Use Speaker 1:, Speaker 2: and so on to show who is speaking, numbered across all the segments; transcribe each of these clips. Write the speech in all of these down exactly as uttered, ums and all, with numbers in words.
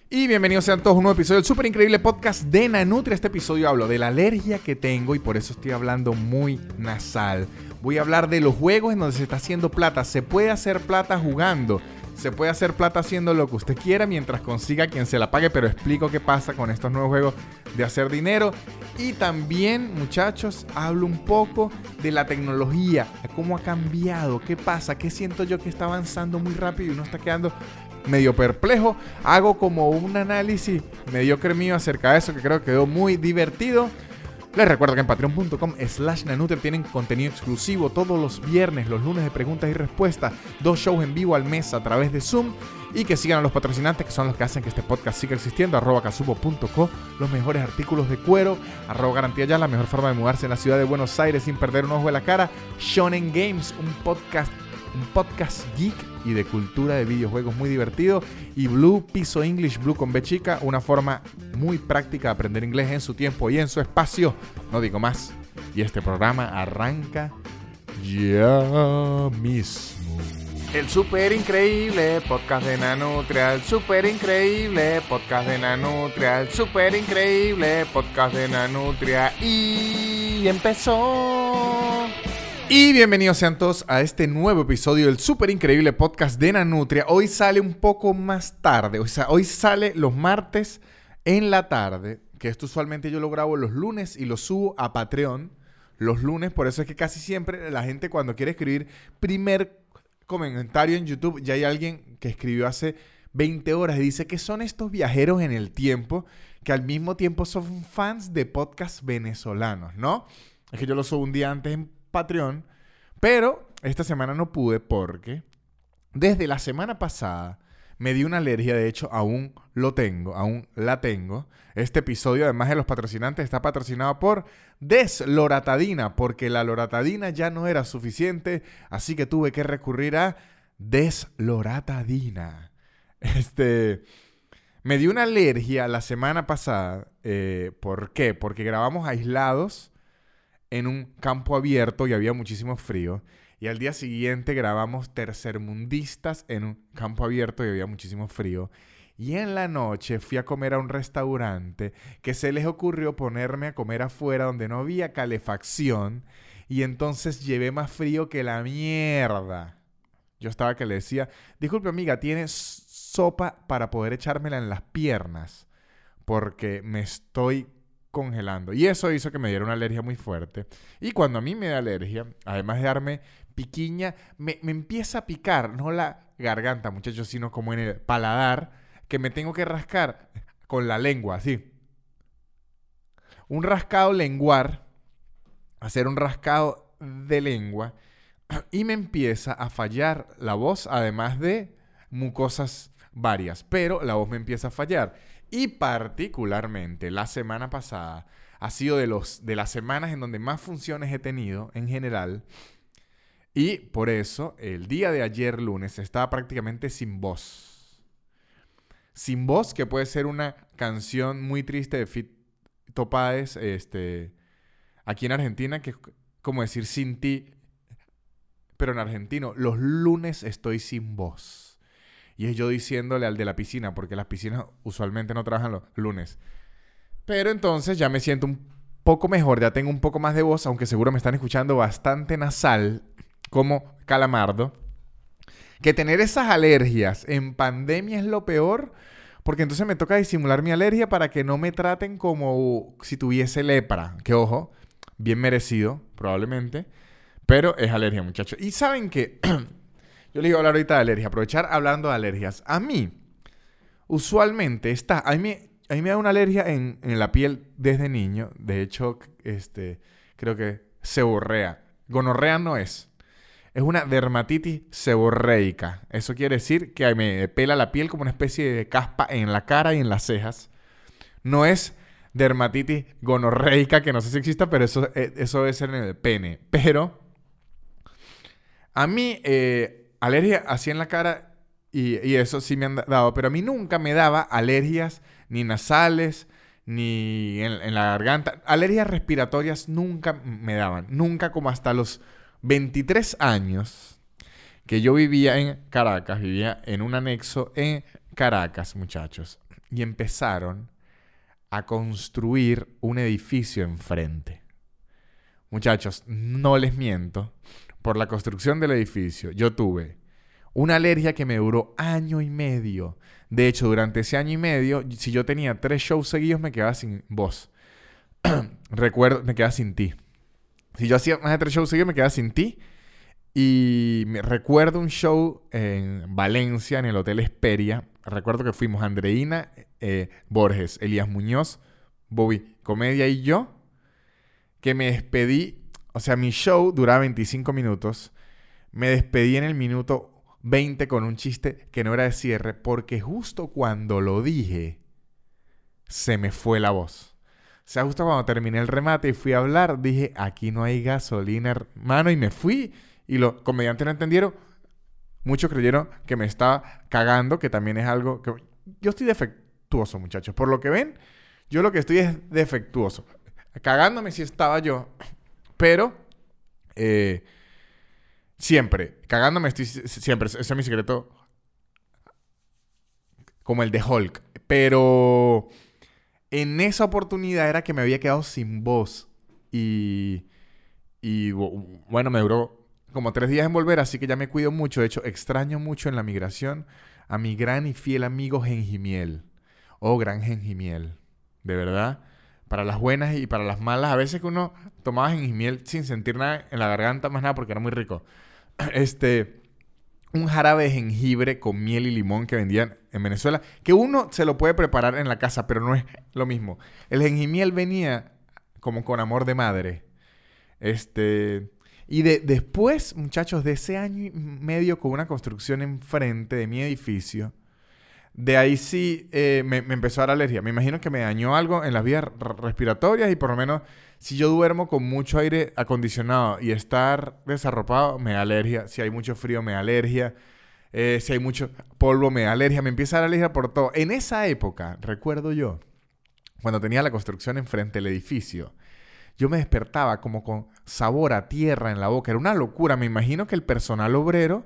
Speaker 1: Y bienvenidos sean todos a un nuevo episodio del súper increíble podcast de Nanutria. Este episodio hablo de la alergia que tengo y por eso estoy hablando muy nasal. Voy a hablar de los juegos en donde se está haciendo plata. Se puede hacer plata jugando. Se puede hacer plata haciendo lo que usted quiera mientras consiga quien se la pague. Pero explico qué pasa con estos nuevos juegos de hacer dinero. Y también, muchachos, hablo un poco de la tecnología. Cómo ha cambiado. ¿Qué pasa? ¿Qué siento yo que está avanzando muy rápido y uno está quedando medio perplejo? Hago como un análisis mediocre mío acerca de eso que creo que quedó muy divertido. Les recuerdo que en patreon punto com slash nanutria tienen contenido exclusivo todos los viernes, los lunes de preguntas y respuestas, dos shows en vivo al mes a través de Zoom, y que sigan a los patrocinantes que son los que hacen que este podcast siga existiendo, arroba casupo punto co, los mejores artículos de cuero, arroba garantía ya, la mejor forma de mudarse en la ciudad de Buenos Aires sin perder un ojo de la cara, Shonen Games, un podcast un podcast geek y de cultura de videojuegos muy divertido, y Blue Piso English, Blue con B chica, una forma muy práctica de aprender inglés en su tiempo y en su espacio. No digo más, y este programa arranca ya mismo. El súper increíble podcast de Nanutria, el súper increíble podcast de Nanutria, el súper increíble podcast de Nanutria, y empezó. Y bienvenidos sean todos a este nuevo episodio del súper increíble podcast de Nanutria. Hoy sale un poco más tarde, o sea, hoy sale los martes en la tarde, que esto usualmente yo lo grabo los lunes y lo subo a Patreon los lunes. Por eso es que casi siempre la gente cuando quiere escribir primer comentario en YouTube, ya hay alguien que escribió hace veinte horas y dice que son estos viajeros en el tiempo que al mismo tiempo son fans de podcasts venezolanos, ¿no? Es que yo lo subo un día antes en Patreon, pero esta semana no pude porque desde la semana pasada me dio una alergia. De hecho, aún lo tengo, aún la tengo. Este episodio, además de los patrocinantes, está patrocinado por Desloratadina, porque la loratadina ya no era suficiente, así que tuve que recurrir a Desloratadina. Este, me dio una alergia la semana pasada. Eh, ¿Por qué? Porque grabamos aislados en un campo abierto y había muchísimo frío. Y al día siguiente grabamos tercermundistas en un campo abierto y había muchísimo frío. Y en la noche fui a comer a un restaurante que se les ocurrió ponerme a comer afuera donde no había calefacción. Y entonces llevé más frío que la mierda. Yo estaba que le decía, disculpe amiga, ¿tienes sopa para poder echármela en las piernas? Porque me estoy congelando. Y eso hizo que me diera una alergia muy fuerte. Y cuando a mí me da alergia, además de darme piquiña, me, me empieza a picar, no la garganta, muchachos, sino como en el paladar, que me tengo que rascar con la lengua, así. Un rascado lenguar, hacer un rascado de lengua, y me empieza a fallar la voz, además de mucosas varias, pero la voz me empieza a fallar. Y particularmente la semana pasada ha sido de, los, de las semanas en donde más funciones he tenido en general. Y por eso el día de ayer lunes estaba prácticamente sin voz. Sin voz, que puede ser una canción muy triste de Fito Páez, este, aquí en Argentina, que es como decir sin ti, pero en argentino. Los lunes estoy sin voz. Y es yo diciéndole al de la piscina, porque las piscinas usualmente no trabajan los lunes. Pero entonces ya me siento un poco mejor, ya tengo un poco más de voz, aunque seguro me están escuchando bastante nasal, como Calamardo. Que tener esas alergias en pandemia es lo peor, porque entonces me toca disimular mi alergia para que no me traten como si tuviese lepra. Que ojo, bien merecido, probablemente, pero es alergia, muchachos. Y ¿saben qué? Yo les iba a hablar ahorita de alergia, aprovechar hablando de alergias. A mí, usualmente está, a mí, a mí me da una alergia en, en la piel desde niño. De hecho, este, creo que seborrea. Gonorrea no es. Es una dermatitis seborreica. Eso quiere decir que me pela la piel como una especie de caspa en la cara y en las cejas. No es dermatitis gonorreica, que no sé si exista, pero eso, eso debe ser en el pene. Pero a mí... Eh, alergia así en la cara y, y eso sí me han dado, pero a mí nunca me daba alergias ni nasales, ni en, en la garganta. Alergias respiratorias nunca me daban, nunca, como hasta los veintitrés años que yo vivía en Caracas, vivía en un anexo en Caracas, muchachos. y empezaron a construir un edificio enfrente. Muchachos, no les miento, por la construcción del edificio yo tuve una alergia que me duró año y medio. De hecho, durante ese año y medio, si yo tenía tres shows seguidos, me quedaba sin voz. Recuerdo, me quedaba sin ti. Si yo hacía más de tres shows seguidos, me quedaba sin ti. Y me recuerdo un show en Valencia, en el Hotel Esperia. Recuerdo que fuimos Andreina, eh, Borges, Elías Muñoz, Bobby Comedia y yo. Que me despedí. O sea, mi show duraba veinticinco minutos. Me despedí en el minuto veinte con un chiste que no era de cierre. Porque justo cuando lo dije, se me fue la voz. O sea, justo cuando terminé el remate y fui a hablar, dije, aquí no hay gasolina, hermano. Y me fui. Y los comediantes no entendieron. Muchos creyeron que me estaba cagando, que también es algo que... Yo estoy defectuoso, muchachos. Por lo que ven, yo lo que estoy es defectuoso. Cagándome sí estaba yo. Pero, eh, siempre. Cagándome estoy siempre. Ese es mi secreto. Como el de Hulk. Pero en esa oportunidad era que me había quedado sin voz. Y, y bueno, me duró como tres días en volver, así que ya me cuido mucho. De hecho, extraño mucho en la migración a mi gran y fiel amigo Gengimiel. Oh, gran Gengimiel. De verdad. Para las buenas y para las malas. A veces que uno tomaba Gengimiel sin sentir nada en la garganta, más nada, porque era muy rico. Este... Un jarabe de jengibre con miel y limón que vendían en Venezuela. Que uno se lo puede preparar en la casa, pero no es lo mismo. El jengimiel venía como con amor de madre. Este... Y de, después, muchachos, de ese año y medio con una construcción enfrente de mi edificio, de ahí sí eh, me, me empezó a dar alergia. Me imagino que me dañó algo en las vías respiratorias y por lo menos si yo duermo con mucho aire acondicionado y estar desarropado, me da alergia. Si hay mucho frío, me da alergia. Eh, si hay mucho polvo, me da alergia. Me empieza a dar alergia por todo. En esa época, recuerdo yo, cuando tenía la construcción enfrente del edificio, yo me despertaba como con sabor a tierra en la boca. Era una locura. Me imagino que el personal obrero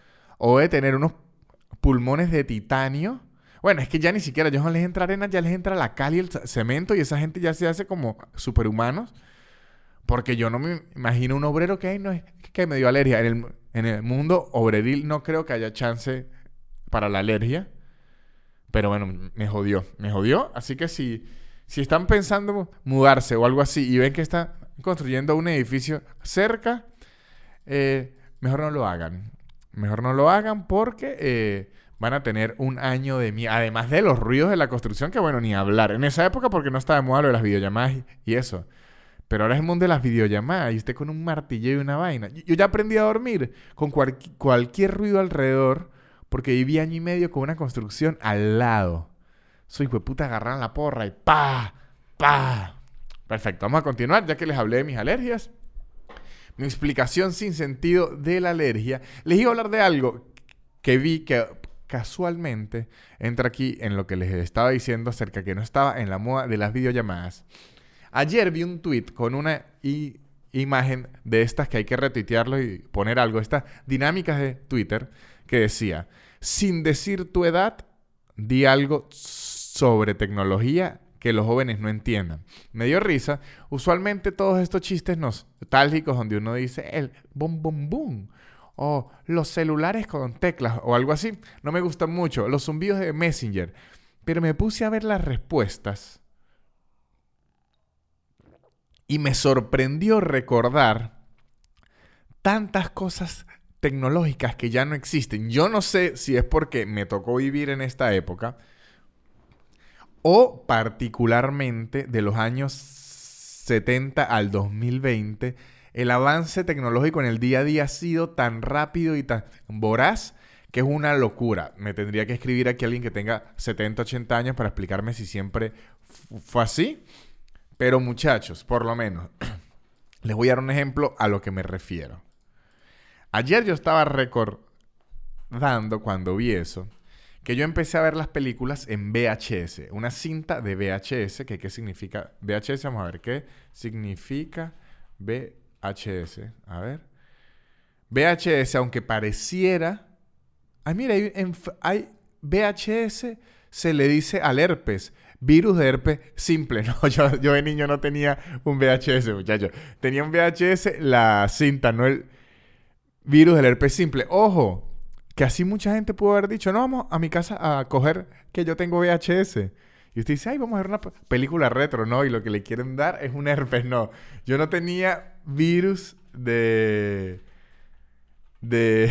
Speaker 1: o de tener unos pulmones de titanio. Bueno, es que ya ni siquiera ya no les entra arena, ya les entra la cal y el cemento y esa gente ya se hace como superhumanos. Porque yo no me imagino un obrero que, ay, no, es que me dio alergia. En el, en el mundo obreril no creo que haya chance para la alergia. Pero bueno, me jodió. Me jodió. Así que si... Si están pensando mudarse o algo así y ven que están construyendo un edificio cerca, eh, mejor no lo hagan. Mejor no lo hagan porque eh, van a tener un año de miedo. Además de los ruidos de la construcción, que bueno, ni hablar. En esa época porque no estaba de moda lo de las videollamadas y, y eso. Pero ahora es el mundo de las videollamadas y usted con un martillo y una vaina. Yo, yo ya aprendí a dormir con cual, cualquier ruido alrededor porque viví año y medio con una construcción al lado. Soy hueputa, agarran la porra y ¡pa! ¡pa! Perfecto, vamos a continuar ya que les hablé de mis alergias. Mi explicación sin sentido de la alergia. Les iba a hablar de algo que vi que casualmente entra aquí en lo que les estaba diciendo acerca que no estaba en la moda de las videollamadas. Ayer vi un tweet con una i- imagen de estas que hay que retuitearlo y poner algo. Estas dinámicas de Twitter que decía, sin decir tu edad, di algo sobre tecnología que los jóvenes no entiendan. Me dio risa. Usualmente todos estos chistes nostálgicos donde uno dice el bum bum bum o los celulares con teclas o algo así, no me gustan mucho. Los zumbidos de Messenger. Pero me puse a ver las respuestas y me sorprendió recordar tantas cosas tecnológicas que ya no existen. Yo no sé si es porque me tocó vivir en esta época o particularmente de los años setenta al dos mil veinte, el avance tecnológico en el día a día ha sido tan rápido y tan voraz que es una locura. Me tendría que escribir aquí alguien que tenga setenta, ochenta años para explicarme si siempre fue así. Pero muchachos, por lo menos, les voy a dar un ejemplo a lo que me refiero. Ayer yo estaba recordando cuando vi eso, que yo empecé a ver las películas en V H S, una cinta de V H S, que ¿qué significa V H S? Vamos a ver, ¿qué significa V H S? A ver. V H S, aunque pareciera... Ay, mira, hay, en, hay V H S se le dice al herpes? Virus de herpes simple. No, yo, yo de niño no tenía un V H S, muchacho. Tenía un V H S, la cinta, no el virus del herpes simple. Ojo, que así mucha gente pudo haber dicho, no, vamos a mi casa a coger que yo tengo V H S. Y usted dice, ay, vamos a ver una p- película retro, ¿no? Y lo que le quieren dar es un herpes, no. Yo no tenía virus de... de...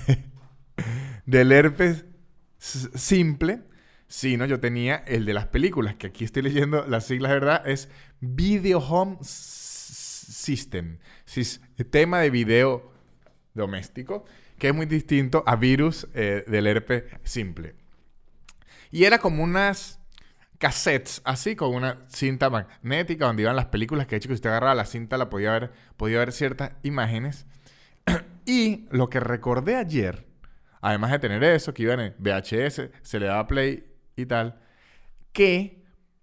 Speaker 1: del herpes s- simple, sino yo tenía el de las películas, que aquí estoy leyendo las siglas de verdad, es Video Home S- System, sistema de video doméstico, que es muy distinto a virus eh, del herpes simple. Y era como unas cassettes, así, con una cinta magnética donde iban las películas, que de hecho que usted agarraba la cinta, la podía ver, podía ver ciertas imágenes. Y lo que recordé ayer, además de tener eso, que iba en el V H S, se le daba play y tal, que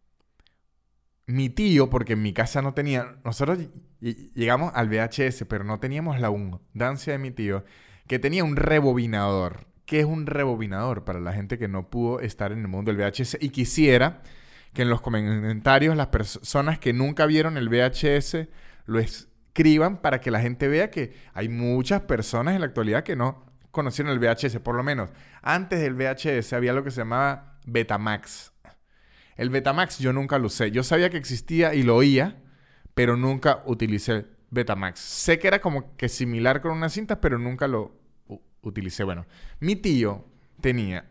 Speaker 1: mi tío, porque en mi casa no tenía, nosotros ll- llegamos al V H S, pero no teníamos la abundancia de mi tío, que tenía un rebobinador. ¿Qué es un rebobinador? Para la gente que no pudo estar en el mundo del V H S y quisiera que en los comentarios las personas que nunca vieron el V H S lo escriban para que la gente vea que hay muchas personas en la actualidad que no conocieron el V H S. Por lo menos, antes del V H S había lo que se llamaba Betamax. El Betamax yo nunca lo usé. Yo sabía que existía y lo oía, pero nunca utilicé Betamax. Sé que era como que similar con una cinta, pero nunca lo u- utilicé. Bueno, mi tío tenía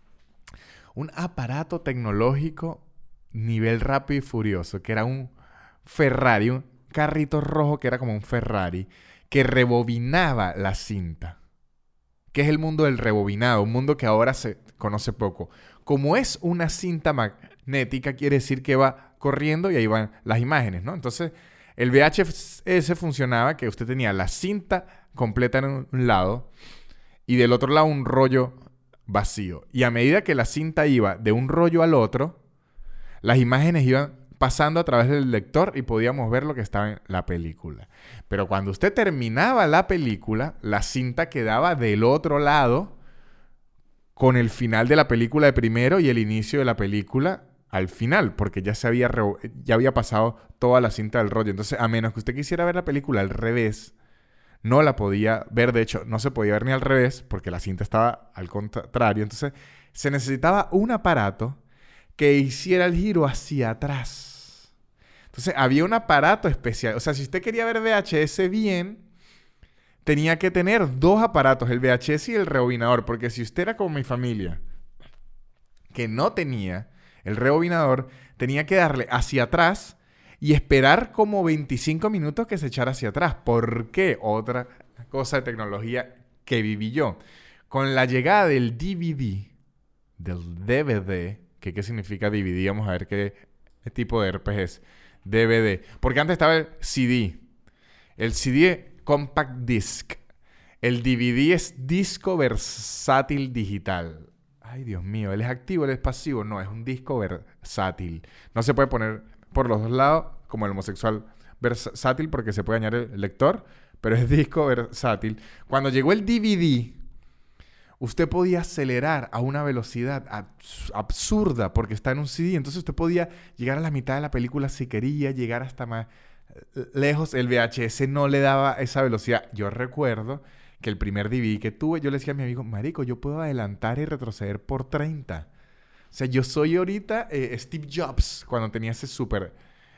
Speaker 1: un aparato tecnológico nivel rápido y furioso, que era un Ferrari, un carrito rojo que era como un Ferrari, que rebobinaba la cinta. Que es el mundo del rebobinado, un mundo que ahora se conoce poco. Como es una cinta magnética, quiere decir que va corriendo y ahí van las imágenes, ¿no? Entonces, el V H S funcionaba que usted tenía la cinta completa en un lado y del otro lado un rollo vacío. Y a medida que la cinta iba de un rollo al otro, las imágenes iban pasando a través del lector y podíamos ver lo que estaba en la película. Pero cuando usted terminaba la película, la cinta quedaba del otro lado con el final de la película de primero y el inicio de la película al final, porque ya se había, re- ya había pasado toda la cinta del rollo. Entonces, a menos que usted quisiera ver la película al revés, no la podía ver. De hecho, no se podía ver ni al revés porque la cinta estaba al contrario. Entonces, se necesitaba un aparato que hiciera el giro hacia atrás. Entonces, había un aparato especial. O sea, si usted quería ver V H S bien, tenía que tener dos aparatos, el V H S y el rebobinador. Porque si usted era como mi familia, que no tenía el rebobinador, tenía que darle hacia atrás y esperar como veinticinco minutos que se echara hacia atrás. ¿Por qué? Otra cosa de tecnología que viví yo. Con la llegada del D V D, del D V D, que qué significa D V D, vamos a ver qué tipo de herpes es. D V D. Porque antes estaba el C D. El C D es Compact Disc. El D V D es disco versátil digital. Ay, Dios mío, ¿él es activo, él es pasivo? No, es un disco versátil. No se puede poner por los dos lados como el homosexual versátil porque se puede añadir el lector, pero es disco versátil. Cuando llegó el D V D, usted podía acelerar a una velocidad abs- absurda porque está en un C D. Entonces usted podía llegar a la mitad de la película si quería, llegar hasta más eh, lejos. El V H S no le daba esa velocidad. Yo recuerdo que el primer D V D que tuve, yo le decía a mi amigo, marico, yo puedo adelantar y retroceder por treinta. O sea, yo soy ahorita eh, Steve Jobs cuando tenía ese super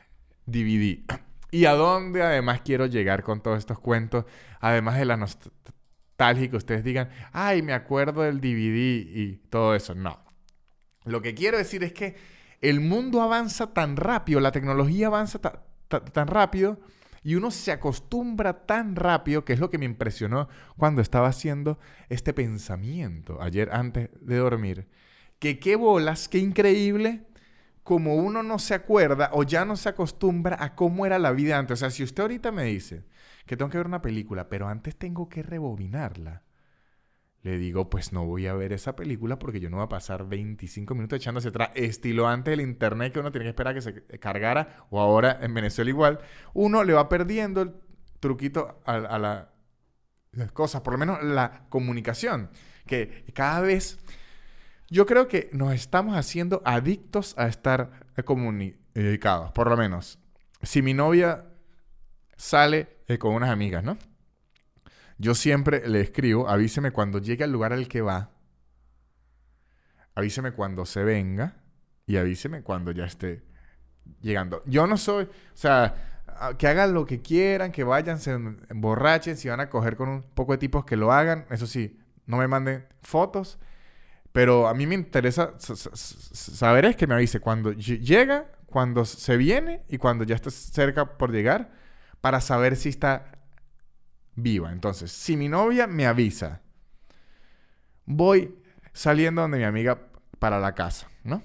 Speaker 1: D V D. ¿Y a dónde además quiero llegar con todos estos cuentos? Además de la nostalgia que ustedes digan, ay, me acuerdo del D V D y todo eso. No. Lo que quiero decir es que el mundo avanza tan rápido, la tecnología avanza ta- ta- tan rápido y uno se acostumbra tan rápido, que es lo que me impresionó cuando estaba haciendo este pensamiento ayer antes de dormir, que qué bolas, qué increíble como uno no se acuerda o ya no se acostumbra a cómo era la vida antes. O sea, si usted ahorita me dice que tengo que ver una película, pero antes tengo que rebobinarla, le digo, pues no voy a ver esa película porque yo no voy a pasar veinticinco minutos echando hacia atrás, estilo antes del internet que uno tenía que esperar a que se cargara, o ahora en Venezuela igual. Uno le va perdiendo el truquito a, a la- las cosas, por lo menos la comunicación, que cada vez Yo creo que nos estamos haciendo adictos a estar comunicados. Por lo menos, si mi novia sale eh, con unas amigas, ¿no? Yo siempre le escribo, avíseme cuando llegue al lugar al que va, avíseme cuando se venga y avíseme cuando ya esté llegando. Yo no soy, o sea, que hagan lo que quieran, que vayan, se emborrachen, si van a coger con un poco de tipos que lo hagan, eso sí, no me manden fotos, pero a mí me interesa saber es que me avise cuando llega, cuando se viene y cuando ya está cerca por llegar, para saber si está viva. Entonces, si mi novia me avisa, voy saliendo donde mi amiga para la casa, ¿no?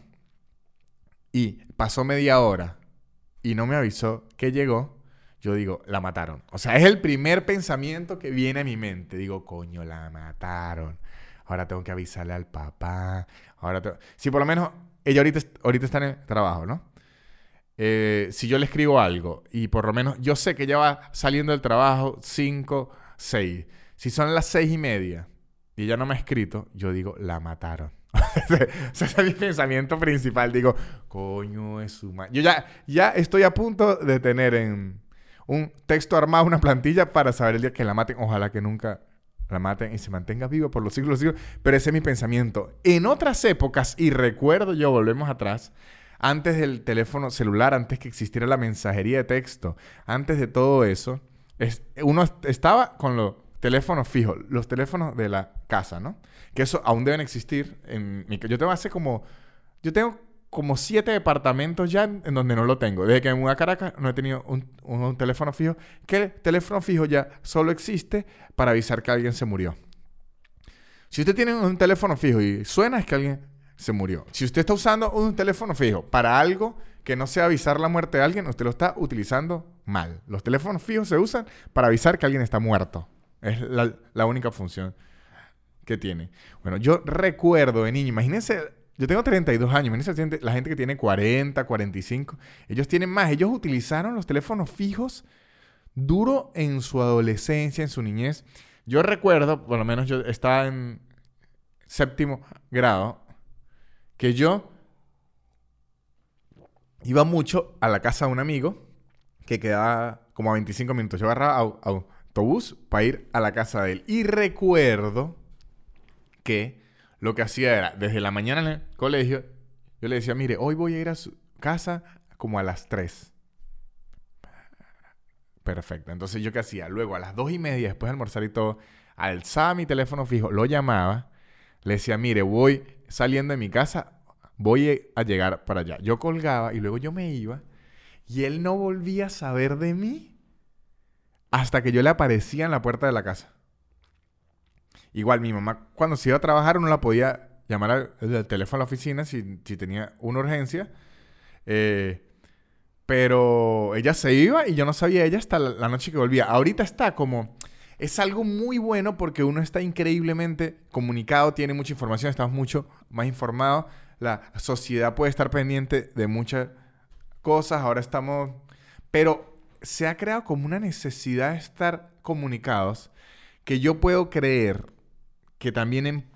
Speaker 1: Y pasó media hora y no me avisó que llegó, yo digo, la mataron. O sea, es el primer pensamiento que viene a mi mente. Digo, coño, la mataron. Ahora tengo que avisarle al papá. Ahora tengo... Si por lo menos ella ahorita, ahorita está en el trabajo, ¿no? Eh, si yo le escribo algo y por lo menos yo sé que ella va saliendo del trabajo cinco, seis. Si son las seis y media y ella no me ha escrito, yo digo, la mataron. Ese es mi pensamiento principal. Digo, coño, es su madre. Yo ya, ya estoy a punto de tener en un texto armado, una plantilla para saber el día que la maten. Ojalá que nunca la maten y se mantenga viva por los siglos de los siglos. Pero ese es mi pensamiento. En otras épocas, y recuerdo yo, volvemos atrás, antes del teléfono celular, antes que existiera la mensajería de texto, antes de todo eso, es, uno estaba con los teléfonos fijos, los teléfonos de la casa, ¿no? Que eso aún deben existir. En mi, yo tengo hace como... Yo tengo como siete departamentos ya en, en donde no lo tengo. Desde que me mudé a Caracas no he tenido un, un, un teléfono fijo. Que el teléfono fijo ya solo existe para avisar que alguien se murió. Si usted tiene un teléfono fijo y suena, es que alguien se murió. Si usted está usando un teléfono fijo para algo que no sea avisar la muerte de alguien, usted lo está utilizando mal. Los teléfonos fijos se usan para avisar que alguien está muerto. Es la, la única función que tiene. Bueno, yo recuerdo de niño, imagínense, yo tengo treinta y dos años, imagínense la gente que tiene cuarenta, cuarenta y cinco, ellos tienen más, ellos utilizaron los teléfonos fijos duro en su adolescencia, en su niñez. Yo recuerdo, por lo menos yo estaba en séptimo grado, que yo iba mucho a la casa de un amigo que quedaba como a veinticinco minutos. Yo agarraba a, a autobús para ir a la casa de él. Y recuerdo que lo que hacía era, desde la mañana en el colegio, yo le decía, mire, hoy voy a ir a su casa como a las tres. Perfecto. Entonces, ¿yo qué hacía? Luego, a las dos y media, después de almorzar y todo, alzaba mi teléfono fijo, lo llamaba, le decía, mire, voy saliendo de mi casa, voy a llegar para allá. Yo colgaba y luego yo me iba y él no volvía a saber de mí hasta que yo le aparecía en la puerta de la casa. Igual mi mamá cuando se iba a trabajar no la podía llamar al, al teléfono a la oficina si, si tenía una urgencia. Eh, pero ella se iba y yo no sabía ella hasta la, la noche que volvía. Ahorita está como... Es algo muy bueno porque uno está increíblemente comunicado, tiene mucha información, estamos mucho más informados. La sociedad puede estar pendiente de muchas cosas. Ahora estamos... Pero se ha creado como una necesidad de estar comunicados que yo puedo creer que también en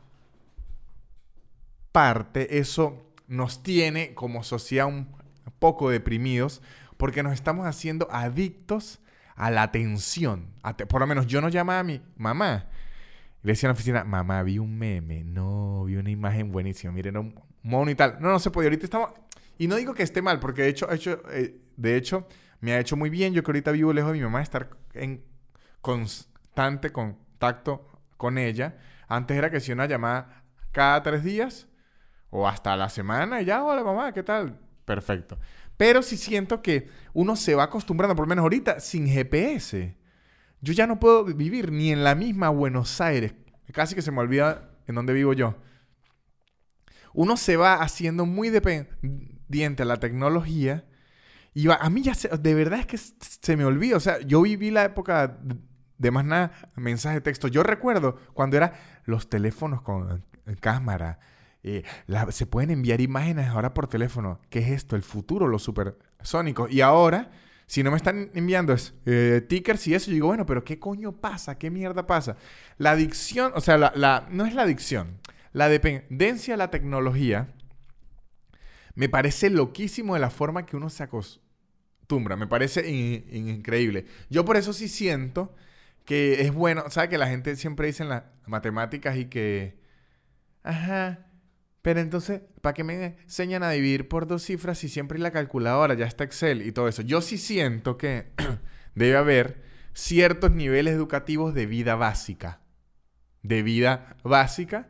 Speaker 1: parte eso nos tiene como sociedad un poco deprimidos porque nos estamos haciendo adictos a la atención. A te- Por lo menos yo no llamaba a mi mamá. Le decía en la oficina, mamá, vi un meme. No, vi una imagen buenísima. Miren, un mono y tal. No, no se podía. Ahorita estamos... Y no digo que esté mal, porque de hecho, hecho eh, de hecho me ha hecho muy bien. Yo que ahorita vivo lejos de mi mamá, estar en constante contacto con ella. Antes era que si una llamada cada tres días o hasta la semana y ya, hola mamá, ¿qué tal? Perfecto. Pero sí siento que uno se va acostumbrando, por lo menos ahorita, sin G P S. Yo ya no puedo vivir ni en la misma Buenos Aires. Casi que se me olvida en dónde vivo yo. Uno se va haciendo muy dependiente a la tecnología y va, a mí ya se, de verdad es que se me olvida. O sea, yo viví la época de más nada mensaje de texto. Yo recuerdo cuando era los teléfonos con cámara. Eh, la, se pueden enviar imágenes ahora por teléfono. ¿Qué es esto? El futuro, los supersónicos. Y ahora, si no me están enviando es, eh, tickers y eso, yo digo, bueno, pero ¿qué coño pasa? ¿Qué mierda pasa? La adicción, o sea, la, la, no es la adicción. la dependencia de la tecnología me parece loquísimo de la forma que uno se acostumbra. Me parece in- in- increíble. Yo por eso sí siento que es bueno. ¿Sabes que la gente siempre dice en las matemáticas y que... Ajá, pero entonces, ¿para qué me enseñan a dividir por dos cifras si siempre hay la calculadora, ya está Excel y todo eso? Yo sí siento que debe haber ciertos niveles educativos de vida básica. De vida básica.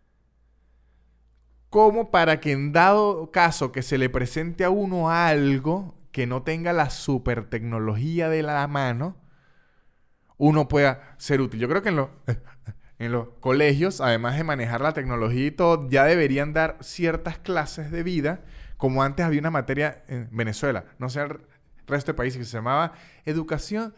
Speaker 1: Como para que en dado caso que se le presente a uno algo que no tenga la super tecnología de la mano, uno pueda ser útil. Yo creo que en, lo, en los colegios, además de manejar la tecnología y todo, ya deberían dar ciertas clases de vida, como antes había una materia en Venezuela, no sé el resto de países, que se llamaba Educación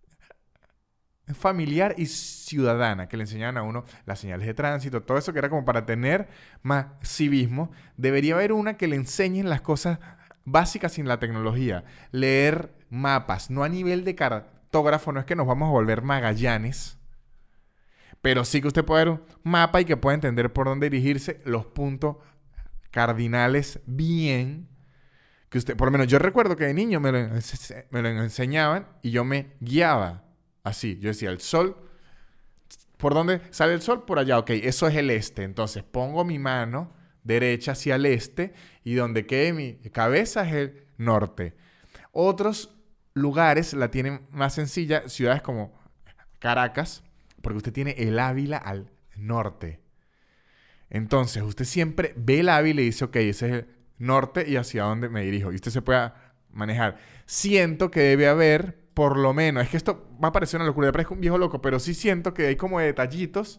Speaker 1: Familiar y Ciudadana, que le enseñaban a uno las señales de tránsito, todo eso que era como para tener más civismo. Debería haber una que le enseñen las cosas básicas sin la tecnología. Leer mapas, no a nivel de cartógrafo, no es que nos vamos a volver Magallanes, pero sí que usted puede ver un mapa y que pueda entender por dónde dirigirse, los puntos cardinales bien. Que usted, por lo menos yo recuerdo que de niño me lo, ense- me lo enseñaban y yo me guiaba así. Yo decía, el sol, ¿por dónde sale el sol? Por allá. Ok, eso es el este. Entonces pongo mi mano derecha hacia el este y donde quede mi cabeza es el norte. Otros lugares la tienen más sencilla, ciudades como Caracas, porque usted tiene el Ávila al norte. Entonces, usted siempre ve el Ávila y dice, ok, ese es el norte y hacia dónde me dirijo. Y usted se puede manejar. Siento que debe haber, por lo menos, es que esto va a parecer una locura, parezco un viejo loco, pero sí siento que hay como detallitos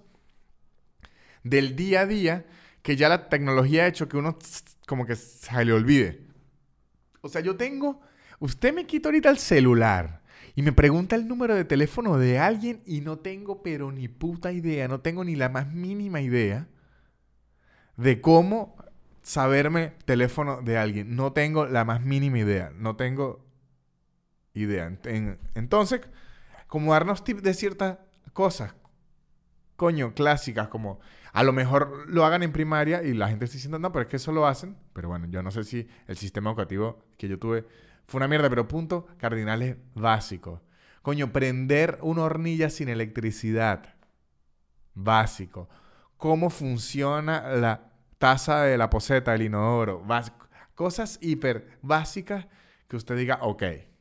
Speaker 1: del día a día que ya la tecnología ha hecho que uno tss, como que se le olvide. O sea, yo tengo... Usted me quita ahorita el celular y me pregunta el número de teléfono de alguien y no tengo pero ni puta idea, no tengo ni la más mínima idea de cómo saberme teléfono de alguien. No tengo la más mínima idea. No tengo idea. En- entonces, como darnos tips de ciertas cosas, coño, clásicas, como a lo mejor lo hagan en primaria y la gente está diciendo, no, pero es que eso lo hacen. Pero bueno, yo no sé si el sistema educativo que yo tuve fue una mierda, pero punto cardinales básicos. Coño, prender una hornilla sin electricidad. Básico. ¿Cómo funciona la taza de la poceta del inodoro? Básico. Cosas hiper básicas que usted diga, ok.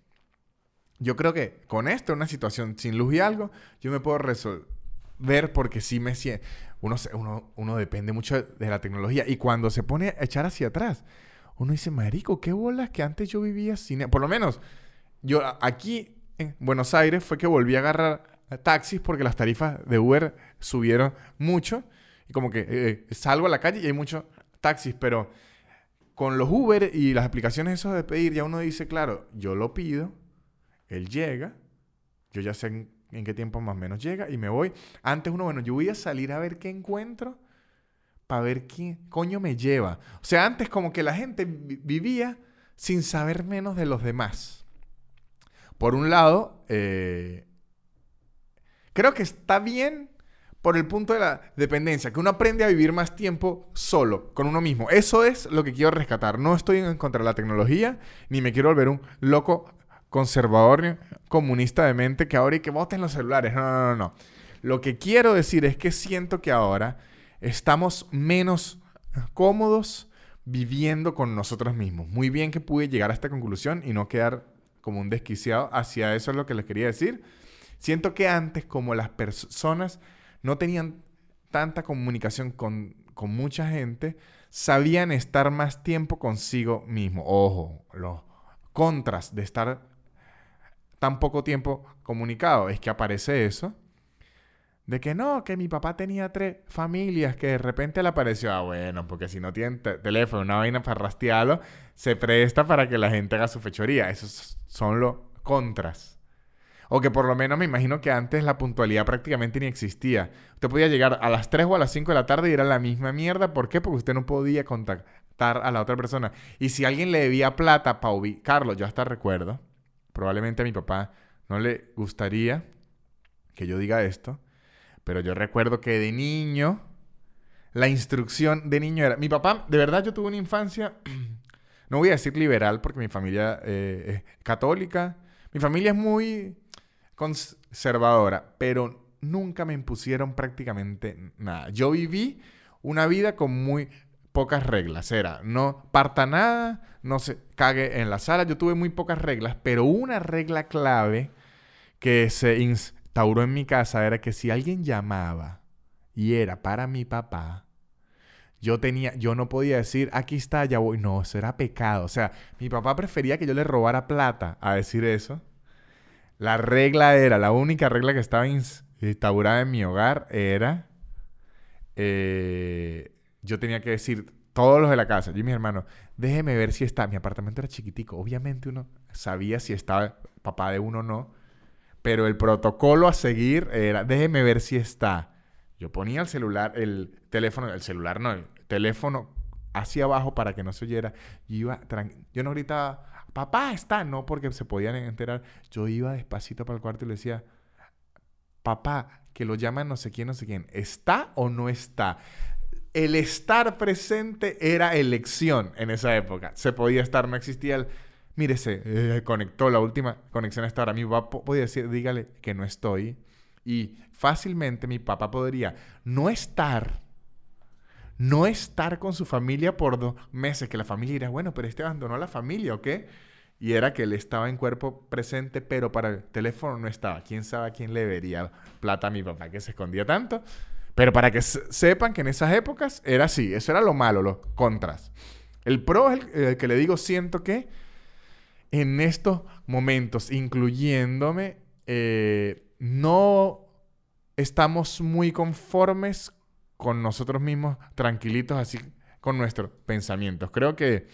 Speaker 1: Yo creo que con esto, una situación sin luz y algo, yo me puedo resolver porque sí me siento... Uno, se- uno, uno depende mucho de la tecnología. Y cuando se pone a echar hacia atrás, uno dice, marico, qué bolas que antes yo vivía sin... Por lo menos, yo a- aquí en Buenos Aires fue que volví a agarrar taxis porque las tarifas de Uber subieron mucho. Y como que eh, salgo a la calle y hay muchos taxis, pero con los Uber y las aplicaciones esos de pedir, ya uno dice, claro, yo lo pido, él llega, yo ya sé en, en qué tiempo más o menos llega y me voy. Antes uno, bueno, yo voy a salir a ver qué encuentro para ver quién coño me lleva. O sea, antes como que la gente vi- vivía sin saber menos de los demás. Por un lado, eh, creo que está bien por el punto de la dependencia, que uno aprende a vivir más tiempo solo, con uno mismo. Eso es lo que quiero rescatar. No estoy en contra de la tecnología, ni me quiero volver un loco conservador, ni comunista de mente que ahora y que voten los celulares. No, no, no, no. Lo que quiero decir es que siento que ahora estamos menos cómodos viviendo con nosotros mismos. Muy bien que pude llegar a esta conclusión y no quedar como un desquiciado. Hacia eso es lo que les quería decir. Siento que antes, como las personas no tenían tanta comunicación con, con mucha gente, sabían estar más tiempo consigo mismo. Ojo, los contras de estar tan poco tiempo comunicado es que aparece eso. De que no, que mi papá tenía tres familias, que de repente le apareció, ah, bueno, porque si no tienen te- teléfono, una vaina para rastrearlo, se presta para que la gente haga su fechoría. Esos son los contras. O que por lo menos me imagino que antes la puntualidad prácticamente ni existía. Usted podía llegar a las tres o a las cinco de la tarde y era la misma mierda. ¿Por qué? Porque usted no podía contactar a la otra persona. Y si alguien le debía plata para ubicarlo, yo hasta recuerdo, probablemente a mi papá no le gustaría que yo diga esto, pero yo recuerdo que de niño la instrucción de niño era... Mi papá, de verdad, yo tuve una infancia, no voy a decir liberal, porque mi familia eh, es católica. Mi familia es muy conservadora, pero nunca me impusieron prácticamente nada. Yo viví una vida con muy pocas reglas. Era, no parta nada, no se cague en la sala. Yo tuve muy pocas reglas, pero una regla clave que se instauró en mi casa era que si alguien llamaba y era para mi papá, yo tenía, yo no podía decir, aquí está, ya voy. No, eso era pecado. O sea, mi papá prefería que yo le robara plata a decir eso. La regla era, la única regla que estaba instaurada en mi hogar era, eh, yo tenía que decir, todos los de la casa, yo y mis hermanos, déjeme ver si está. Mi apartamento era chiquitico. Obviamente uno sabía si estaba papá de uno o no. Pero el protocolo a seguir era, déjeme ver si está. Yo ponía el celular, el teléfono, el celular no, el teléfono hacia abajo para que no se oyera. Yo iba, yo no gritaba, papá está, no, porque se podían enterar. Yo iba despacito para el cuarto y le decía, papá, que lo llaman no sé quién, no sé quién, ¿está o no está? El estar presente era elección en esa época. Se podía estar, no existía el... Mire, se eh, conectó la última conexión a esta hora. Mi papá podía decir, dígale que no estoy. Y fácilmente mi papá podría no estar, no estar con su familia por dos meses. Que la familia dirá, bueno, pero este abandonó a la familia, ¿o qué? Y era que él estaba en cuerpo presente, pero para el teléfono no estaba. ¿Quién sabe a quién le vería plata a mi papá que se escondía tanto? Pero para que sepan que en esas épocas era así. Eso era lo malo, los contras. El pro es el, el que le digo, siento que en estos momentos, incluyéndome, eh, no estamos muy conformes con nosotros mismos, tranquilitos así con nuestros pensamientos. Creo que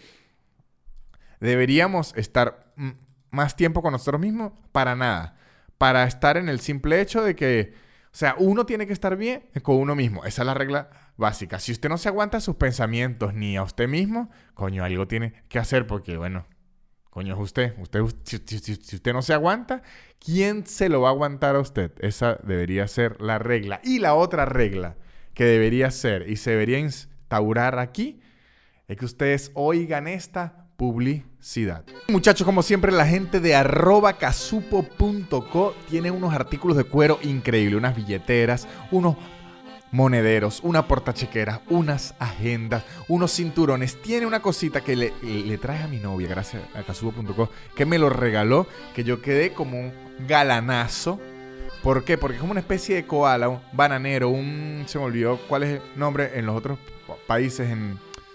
Speaker 1: deberíamos estar m- más tiempo con nosotros mismos para nada. Para estar en el simple hecho de que, o sea, uno tiene que estar bien con uno mismo. Esa es la regla básica. Si usted no se aguanta sus pensamientos ni a usted mismo, coño, algo tiene que hacer porque, bueno... Coño, es usted. usted si, si, si usted no se aguanta, ¿quién se lo va a aguantar a usted? Esa debería ser la regla. Y la otra regla que debería ser y se debería instaurar aquí es que ustedes oigan esta publicidad. Muchachos, como siempre, la gente de arroba casupo punto co tiene unos artículos de cuero increíbles. Unas billeteras, unos... monederos, una portachequera, unas agendas, unos cinturones. Tiene una cosita que le, le traje a mi novia, gracias a casupo punto co, que me lo regaló, que yo quedé como un galanazo. ¿Por qué? Porque es como una especie de koala, un bananero, un... se me olvidó cuál es el nombre en los otros países, en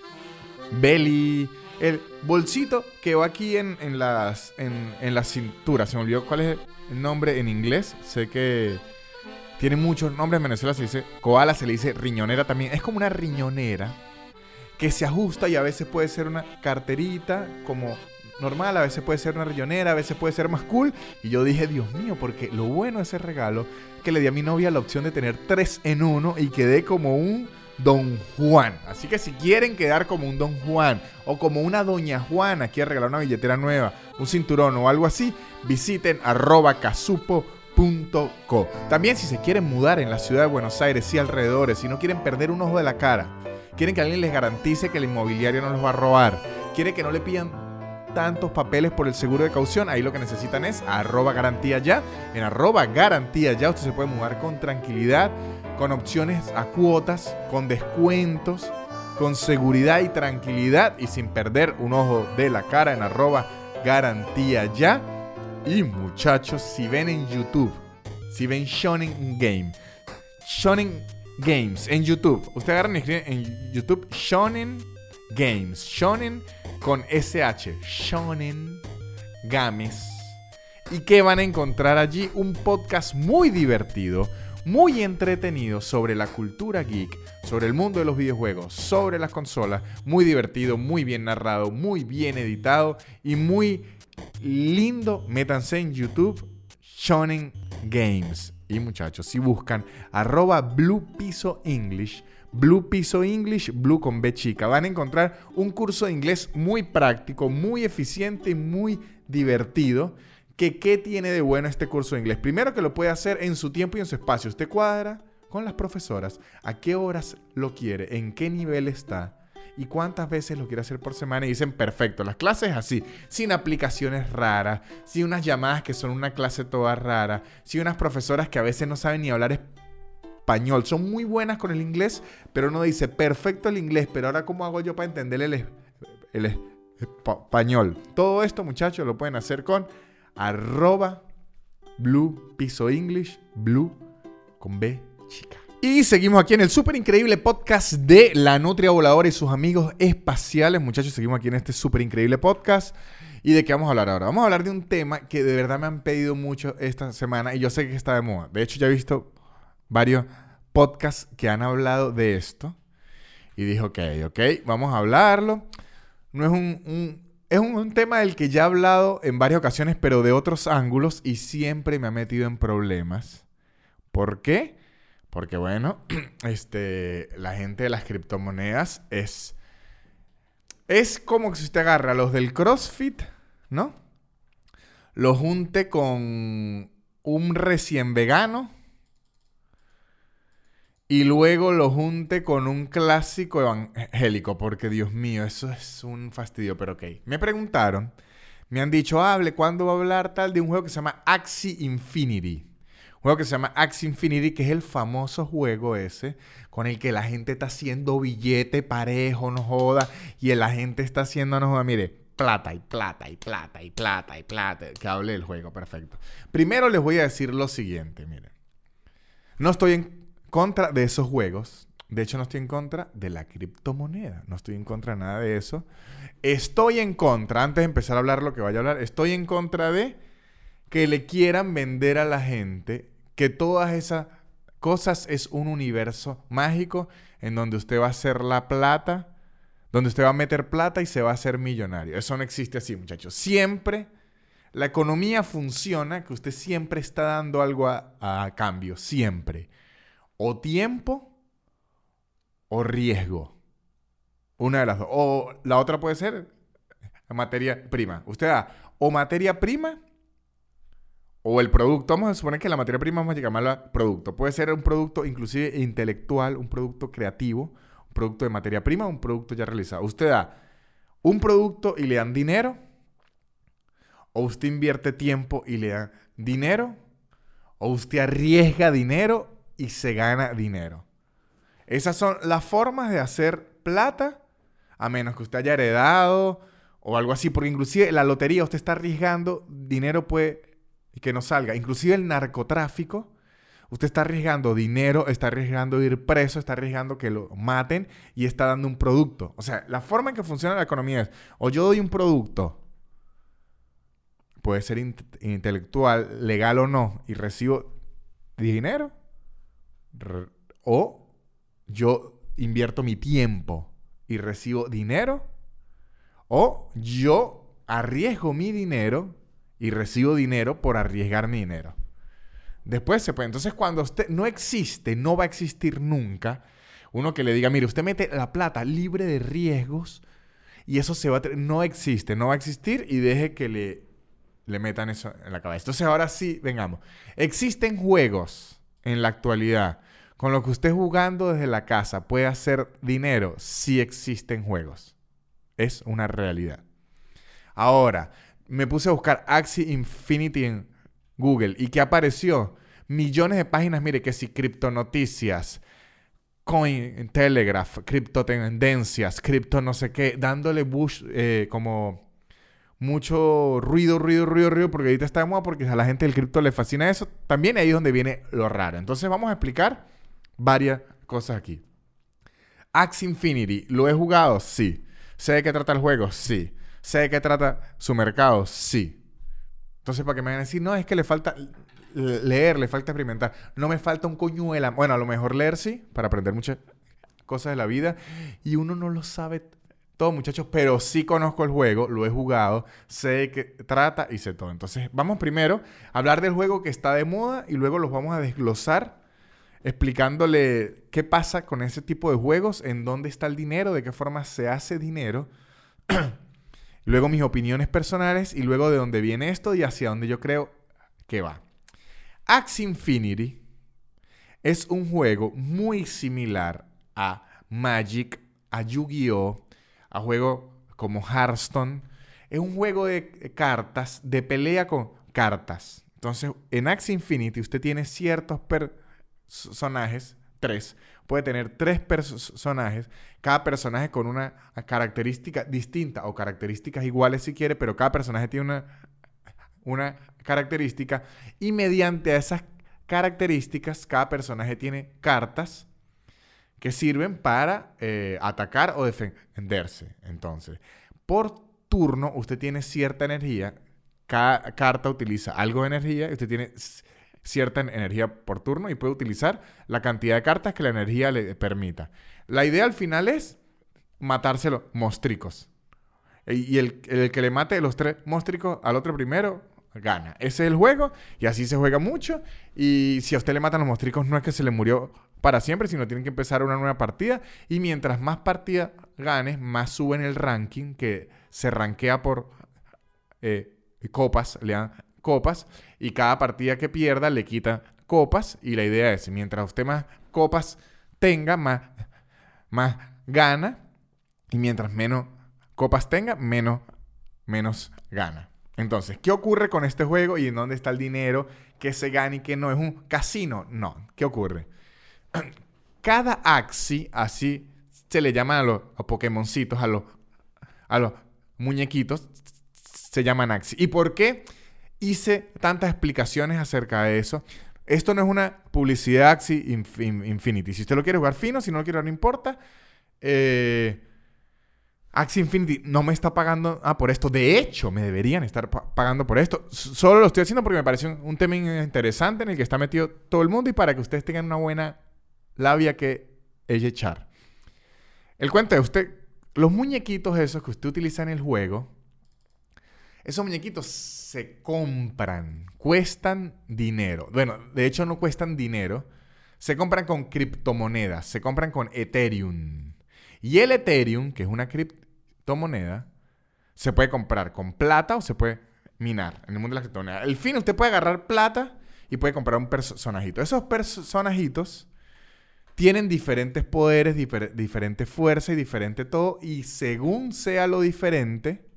Speaker 1: belly... El bolsito que va aquí en, en, las, en, en la cintura. Se me olvidó cuál es el nombre en inglés. Sé que... tiene muchos nombres. En Venezuela se dice koala, se le dice riñonera también. Es como una riñonera que se ajusta y a veces puede ser una carterita como normal, a veces puede ser una riñonera, a veces puede ser más cool. Y yo dije, Dios mío, porque lo bueno de ese regalo es que le di a mi novia la opción de tener tres en uno y quedé como un Don Juan. Así que si quieren quedar como un Don Juan o como una Doña Juana, quiere regalar una billetera nueva, un cinturón o algo así, visiten arroba casupo punto co. También si se quieren mudar en la ciudad de Buenos Aires y alrededores, si no quieren perder un ojo de la cara, quieren que alguien les garantice que el inmobiliario no los va a robar, quieren que no le pidan tantos papeles por el seguro de caución, ahí lo que necesitan es arroba garantía ya. En arroba garantía ya usted se puede mudar con tranquilidad, con opciones a cuotas, con descuentos, con seguridad y tranquilidad y sin perder un ojo de la cara en arroba garantía ya. Y muchachos, si ven en YouTube, si ven Shonen Game, Shonen Games en YouTube, ustedes agarran y escriben en YouTube Shonen Games, Shonen con S H, Shonen Games. ¿Y qué van a encontrar allí? Un podcast muy divertido, muy entretenido sobre la cultura geek, sobre el mundo de los videojuegos, sobre las consolas. Muy divertido, muy bien narrado, muy bien editado y muy lindo. Métanse en YouTube, Shonen Games. Y muchachos, si buscan arroba Blue Piso English, Blue Piso English, Blue con B chica, van a encontrar un curso de inglés muy práctico, muy eficiente y muy divertido. Que, ¿qué tiene de bueno este curso de inglés? Primero, que lo puede hacer en su tiempo y en su espacio. Usted cuadra con las profesoras a qué horas lo quiere, en qué nivel está y cuántas veces lo quiere hacer por semana. Y dicen, perfecto, las clases así, sin aplicaciones raras, sin unas llamadas que son una clase toda rara, sin unas profesoras que a veces no saben ni hablar español. Son muy buenas con el inglés, pero uno dice, perfecto el inglés, pero ahora ¿cómo hago yo para entender el, el español? Todo esto, muchachos, lo pueden hacer con arroba Blue Piso English, Blue con B chica. Y seguimos aquí en el súper increíble podcast de La Nutria Voladora y sus amigos espaciales. Muchachos, seguimos aquí en este súper increíble podcast. ¿Y de qué vamos a hablar ahora? Vamos a hablar de un tema que de verdad me han pedido mucho esta semana y yo sé que está de moda. De hecho, ya he visto varios podcasts que han hablado de esto. Y dije, ok, ok, vamos a hablarlo. No es un, un, es un, un tema del que ya he hablado en varias ocasiones, pero de otros ángulos y siempre me ha metido en problemas. ¿Por qué? Porque, bueno, este, la gente de las criptomonedas es... Es como que si usted agarra a los del CrossFit, ¿no? Lo junte con un recién vegano y luego lo junte con un clásico evangélico. Porque, Dios mío, eso es un fastidio. Pero ok, me preguntaron, me han dicho, hable, ¿cuándo va a hablar tal de un juego que se llama Axie Infinity? Un juego que se llama Axie Infinity, que es el famoso juego ese con el que la gente está haciendo billete parejo, no joda. Y la gente está haciendo, no joda, mire, plata y plata y plata y plata y plata. Que hable del juego, perfecto. Primero les voy a decir lo siguiente, miren. No estoy en contra de esos juegos. De hecho, no estoy en contra de la criptomoneda. No estoy en contra de nada de eso. Estoy en contra, antes de empezar a hablar lo que vaya a hablar, estoy en contra de que le quieran vender a la gente que todas esas cosas es un universo mágico en donde usted va a hacer la plata, donde usted va a meter plata y se va a hacer millonario. Eso no existe así, muchachos. Siempre la economía funciona que usted siempre está dando algo a, a cambio. Siempre. O tiempo o riesgo. Una de las dos. O la otra puede ser materia prima. Usted da o materia prima o el producto. Vamos a suponer que la materia prima vamos a llamarla producto. Puede ser un producto inclusive intelectual, un producto creativo, un producto de materia prima, un producto ya realizado. Usted da un producto y le dan dinero, o usted invierte tiempo y le dan dinero, o usted arriesga dinero y se gana dinero. Esas son las formas de hacer plata, a menos que usted haya heredado o algo así, porque inclusive la lotería usted está arriesgando dinero, puede y que no salga. Inclusive el narcotráfico, usted está arriesgando dinero, está arriesgando ir preso, está arriesgando que lo maten y está dando un producto. O sea, la forma en que funciona la economía es, o yo doy un producto, puede ser in- intelectual, legal o no, y recibo dinero, re- o yo invierto mi tiempo y recibo dinero, o yo arriesgo mi dinero y recibo dinero por arriesgar mi dinero. Después se puede. Entonces, cuando usted no existe, no va a existir nunca uno que le diga, mire, usted mete la plata libre de riesgos y eso se va a... No existe, no va a existir y deje que le, le metan eso en la cabeza. Entonces, ahora sí, vengamos. Existen juegos en la actualidad con los que usted jugando desde la casa puede hacer dinero. Sí existen juegos. Es una realidad. Ahora, me puse a buscar Axie Infinity en Google. ¿Y qué apareció? Millones de páginas, mire, que si criptonoticias, Coin Telegraph, criptotendencias, cripto no sé qué, dándole Bush eh, como mucho ruido, ruido, ruido, ruido, porque ahorita está de moda porque a la gente del cripto le fascina eso. También ahí es donde viene lo raro. Entonces vamos a explicar varias cosas aquí. Axie Infinity, ¿lo he jugado? Sí. ¿Sé de qué trata el juego? Sí. ¿Sé de qué trata su mercado? Sí. Entonces, para que me vayan a decir, no, es que le falta leer, le falta experimentar. No me falta un coño de la... Bueno, a lo mejor leer sí, para aprender muchas cosas de la vida. Y uno no lo sabe todo, muchachos, pero sí conozco el juego, lo he jugado, sé de qué trata y sé todo. Entonces, vamos primero a hablar del juego que está de moda y luego los vamos a desglosar explicándole qué pasa con ese tipo de juegos, en dónde está el dinero, de qué forma se hace dinero. Luego mis opiniones personales y luego de dónde viene esto y hacia dónde yo creo que va. Axie Infinity es un juego muy similar a Magic, a Yu-Gi-Oh!, a juegos como Hearthstone. Es un juego de cartas, de pelea con cartas. Entonces, en Axie Infinity usted tiene ciertos personajes, tres. Puede tener tres personajes, cada personaje con una característica distinta o características iguales si quiere, pero cada personaje tiene una, una característica y mediante esas características cada personaje tiene cartas que sirven para eh, atacar o defenderse. Entonces, por turno usted tiene cierta energía, cada carta utiliza algo de energía y usted tiene cierta energía por turno y puede utilizar la cantidad de cartas que la energía le permita. La idea al final es matárselo monstricos. Y el, el que le mate los tres monstricos al otro primero, gana. Ese es el juego y así se juega mucho. Y si a usted le matan los monstricos, no es que se le murió para siempre, sino tienen que empezar una nueva partida. Y mientras más partidas ganes, más sube en el ranking, que se rankea por eh, copas, le dan copas, y cada partida que pierda le quita copas, y la idea es, mientras usted más copas tenga, más, más gana, y mientras menos copas tenga, menos, menos gana. Entonces, ¿qué ocurre con este juego y en dónde está el dinero? ¿Qué se gana y qué no? ¿Es un casino? No. ¿Qué ocurre? Cada Axie, así se le llaman a los a Pokémoncitos, a los, a los muñequitos, se llaman Axie. ¿Y por qué hice tantas explicaciones acerca de eso? Esto no es una publicidad de Axie Inf Infinity. Si usted lo quiere jugar fino, si no lo quiere, no importa. Eh, Axie Infinity no me está pagando ah, por esto. De hecho, me deberían estar pa pagando por esto. S solo lo estoy haciendo porque me parece un, un tema interesante en el que está metido todo el mundo y para que ustedes tengan una buena labia que echar. El cuento es, usted, los muñequitos esos que usted utiliza en el juego, esos muñequitos se compran, cuestan dinero. Bueno, de hecho no cuestan dinero. Se compran con criptomonedas, se compran con Ethereum. Y el Ethereum, que es una criptomoneda, se puede comprar con plata o se puede minar en el mundo de las criptomonedas. Al fin, usted puede agarrar plata y puede comprar un personajito. Esos personajitos tienen diferentes poderes, difer diferente fuerza y diferente todo. Y según sea lo diferente,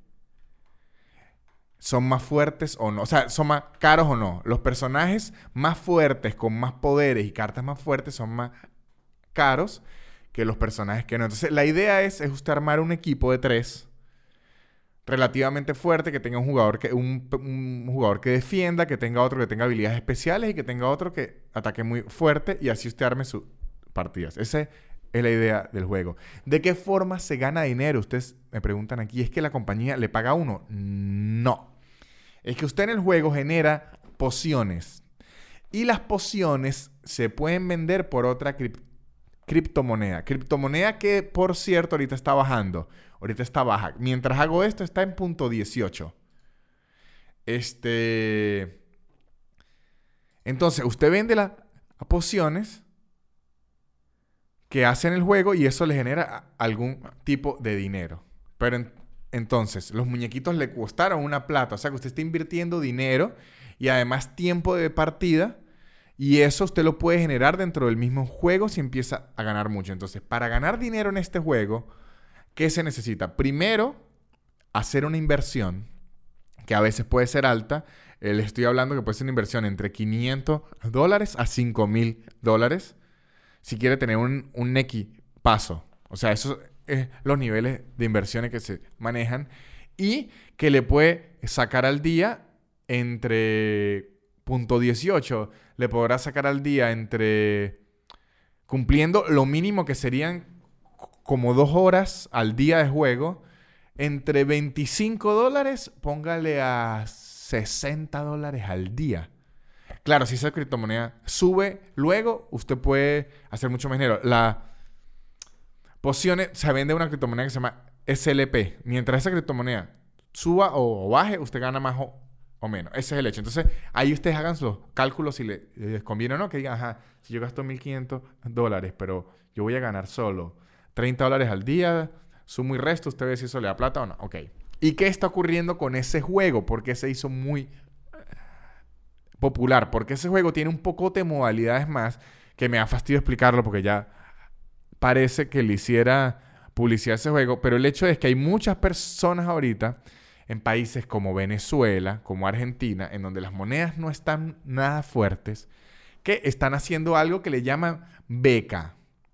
Speaker 1: son más fuertes o no. O sea, son más caros o no. Los personajes más fuertes, con más poderes y cartas más fuertes, son más caros que los personajes que no. Entonces, la idea es, es usted armar un equipo de tres relativamente fuerte, que tenga un jugador que, un, un jugador que defienda, que tenga otro que tenga habilidades especiales y que tenga otro que ataque muy fuerte, y así usted arme sus partidas. Esa es la idea del juego. ¿De qué forma se gana dinero? Ustedes me preguntan aquí. ¿Es que la compañía le paga a uno? No. Es que usted en el juego genera pociones. Y las pociones se pueden vender por otra criptomoneda. Criptomoneda. Criptomoneda que, por cierto, ahorita está bajando. Ahorita está baja. Mientras hago esto, está en punto dieciocho. Este... Entonces, usted vende las pociones que hacen el juego y eso le genera algún tipo de dinero. Pero en, entonces, los muñequitos le costaron una plata. O sea, que usted está invirtiendo dinero y además tiempo de partida. Y eso usted lo puede generar dentro del mismo juego si empieza a ganar mucho. Entonces, para ganar dinero en este juego, ¿qué se necesita? Primero, hacer una inversión, que a veces puede ser alta. Eh, les estoy hablando que puede ser una inversión entre quinientos dólares a cinco mil dólares. Si quiere tener un, un equipazo. O sea, esos son los niveles de inversiones que se manejan. Y que le puede sacar al día entre punto dieciocho. Le podrá sacar al día entre... Cumpliendo lo mínimo que serían como dos horas al día de juego. Entre veinticinco dólares, póngale a sesenta dólares al día. Claro, si esa criptomoneda sube, luego usted puede hacer mucho más dinero. La pociones se vende una criptomoneda que se llama S L P. Mientras esa criptomoneda suba o, o baje, usted gana más o, o menos. Ese es el hecho. Entonces, ahí ustedes hagan los cálculos si le, les conviene o no. Que digan, ajá, si yo gasto mil quinientos dólares, pero yo voy a ganar solo treinta dólares al día, sumo y resto, usted ve si eso le da plata o no. Ok. ¿Y qué está ocurriendo con ese juego? ¿Por qué se hizo muy popular? Porque ese juego tiene un poco de modalidades más que me da fastidio explicarlo porque ya parece que le hiciera publicidad a ese juego, pero el hecho es que hay muchas personas ahorita en países como Venezuela, como Argentina, en donde las monedas no están nada fuertes, que están haciendo algo que le llaman beca.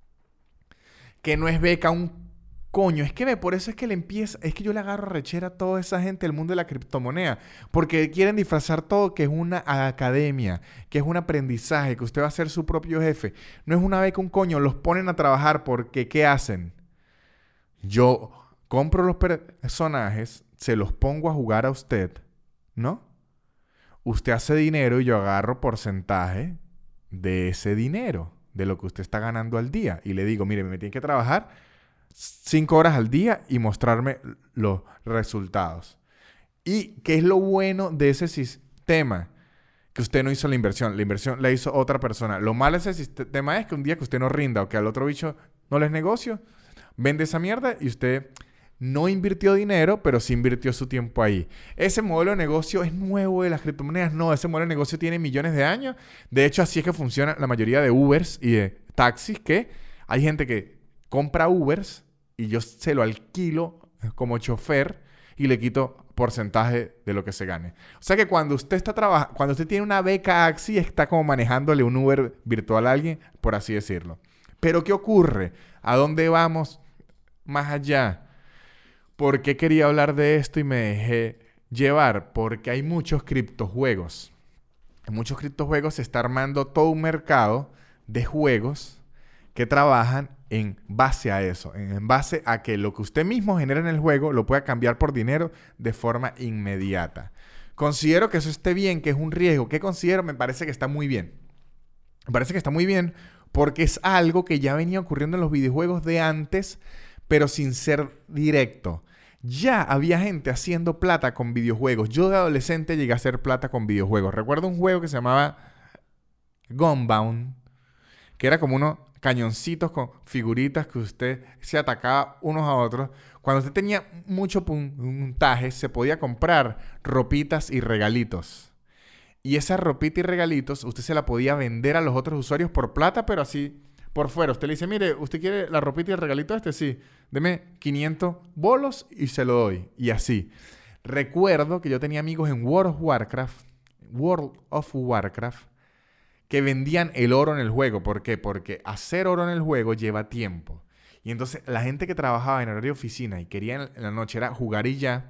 Speaker 1: Que no es beca un coño. Es que ve, por eso es que le empieza, es que yo le agarro rechera a toda esa gente del mundo de la criptomoneda, porque quieren disfrazar todo que es una academia, que es un aprendizaje, que usted va a ser su propio jefe. No es una beca un coño, los ponen a trabajar porque ¿qué hacen? Yo compro los personajes, se los pongo a jugar a usted, ¿no? Usted hace dinero y yo agarro porcentaje de ese dinero, de lo que usted está ganando al día. Y le digo, mire, me tiene que trabajar cinco horas al día y mostrarme los resultados. ¿Y qué es lo bueno de ese sistema? Que usted no hizo la inversión. La inversión la hizo otra persona. Lo malo de ese sistema es que un día que usted no rinda o que al otro bicho no les negocio, vende esa mierda y usted no invirtió dinero, pero sí invirtió su tiempo ahí. ¿Ese modelo de negocio es nuevo de las criptomonedas? No, ese modelo de negocio tiene millones de años. De hecho, así es que funciona la mayoría de Ubers y de taxis, que hay gente que compra Ubers y yo se lo alquilo como chofer y le quito porcentaje de lo que se gane. O sea que cuando usted está trabajando, cuando usted tiene una beca Axi, está como manejándole un Uber virtual a alguien, por así decirlo. Pero ¿qué ocurre? ¿A dónde vamos más allá? ¿Por qué quería hablar de esto y me dejé llevar? Porque hay muchos criptojuegos. En muchos criptojuegos se está armando todo un mercado de juegos que trabajan en base a eso, en base a que lo que usted mismo genera en el juego lo pueda cambiar por dinero de forma inmediata. Considero que eso esté bien, que es un riesgo. ¿Qué considero? Me parece que está muy bien. Me parece que está muy bien porque es algo que ya venía ocurriendo en los videojuegos de antes, pero sin ser directo. Ya había gente haciendo plata con videojuegos. Yo de adolescente llegué a hacer plata con videojuegos. Recuerdo un juego que se llamaba Gunbound, que era como unos cañoncitos con figuritas que usted se atacaba unos a otros. Cuando usted tenía mucho puntaje, se podía comprar ropitas y regalitos. Y esa ropita y regalitos, usted se la podía vender a los otros usuarios por plata, pero así por fuera. Usted le dice, mire, ¿usted quiere la ropita y el regalito este? Sí. Deme quinientos bolos y se lo doy. Y así. Recuerdo que yo tenía amigos en World of Warcraft, World of Warcraft, que vendían el oro en el juego. ¿Por qué? Porque hacer oro en el juego lleva tiempo. Y entonces la gente que trabajaba en horario de oficina y quería en la noche era jugar y ya,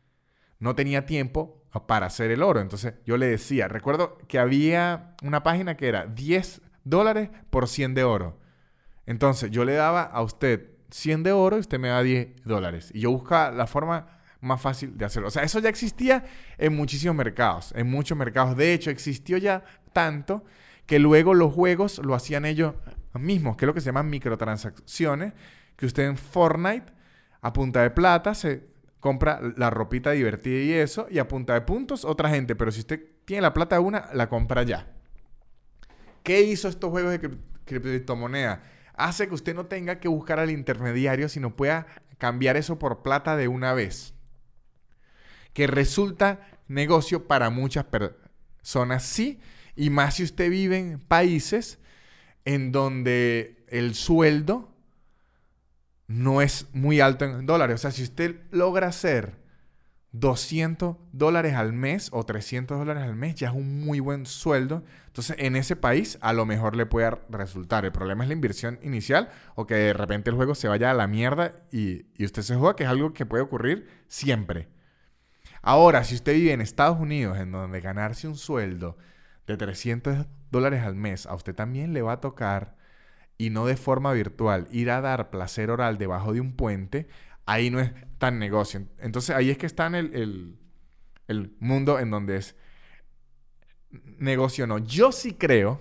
Speaker 1: no tenía tiempo para hacer el oro. Entonces yo le decía, recuerdo que había una página que era diez dólares por cien de oro. Entonces yo le daba a usted cien de oro y usted me da diez dólares. Y yo buscaba la forma más fácil de hacerlo. O sea, eso ya existía en muchísimos mercados. En muchos mercados. De hecho, existió ya tanto que luego los juegos lo hacían ellos mismos, que es lo que se llaman microtransacciones, que usted en Fortnite, a punta de plata, se compra la ropita divertida y eso, y a punta de puntos otra gente. Pero si usted tiene la plata de una, la compra ya. ¿Qué hizo estos juegos de cri- criptomoneda? Hace que usted no tenga que buscar al intermediario, sino pueda cambiar eso por plata de una vez. Que resulta negocio para muchas personas, sí. Y más si usted vive en países en donde el sueldo no es muy alto en dólares. O sea, si usted logra hacer doscientos dólares al mes o trescientos dólares al mes, ya es un muy buen sueldo. Entonces, en ese país a lo mejor le puede resultar. El problema es la inversión inicial o que de repente el juego se vaya a la mierda y, y usted se juega, que es algo que puede ocurrir siempre. Ahora, si usted vive en Estados Unidos, en donde ganarse un sueldo de trescientos dólares al mes, a usted también le va a tocar, y no de forma virtual, ir a dar placer oral debajo de un puente, ahí no es tan negocio. Entonces ahí es que está en el, el, el mundo en donde es negocio no. Yo sí creo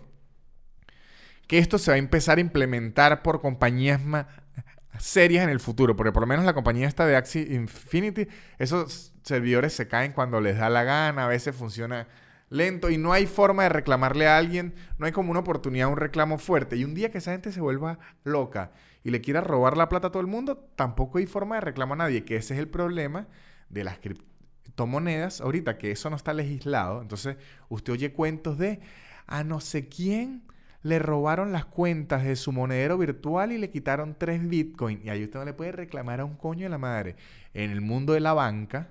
Speaker 1: que esto se va a empezar a implementar por compañías más serias en el futuro, porque por lo menos la compañía esta de Axie Infinity, esos servidores se caen cuando les da la gana, a veces funciona lento y no hay forma de reclamarle a alguien, no hay como una oportunidad, un reclamo fuerte. Y un día que esa gente se vuelva loca y le quiera robar la plata a todo el mundo, tampoco hay forma de reclamar a nadie, que ese es el problema de las criptomonedas ahorita, que eso no está legislado. Entonces usted oye cuentos de a no sé quién le robaron las cuentas de su monedero virtual y le quitaron tres bitcoins. Y ahí usted no le puede reclamar a un coño de la madre. En el mundo de la banca,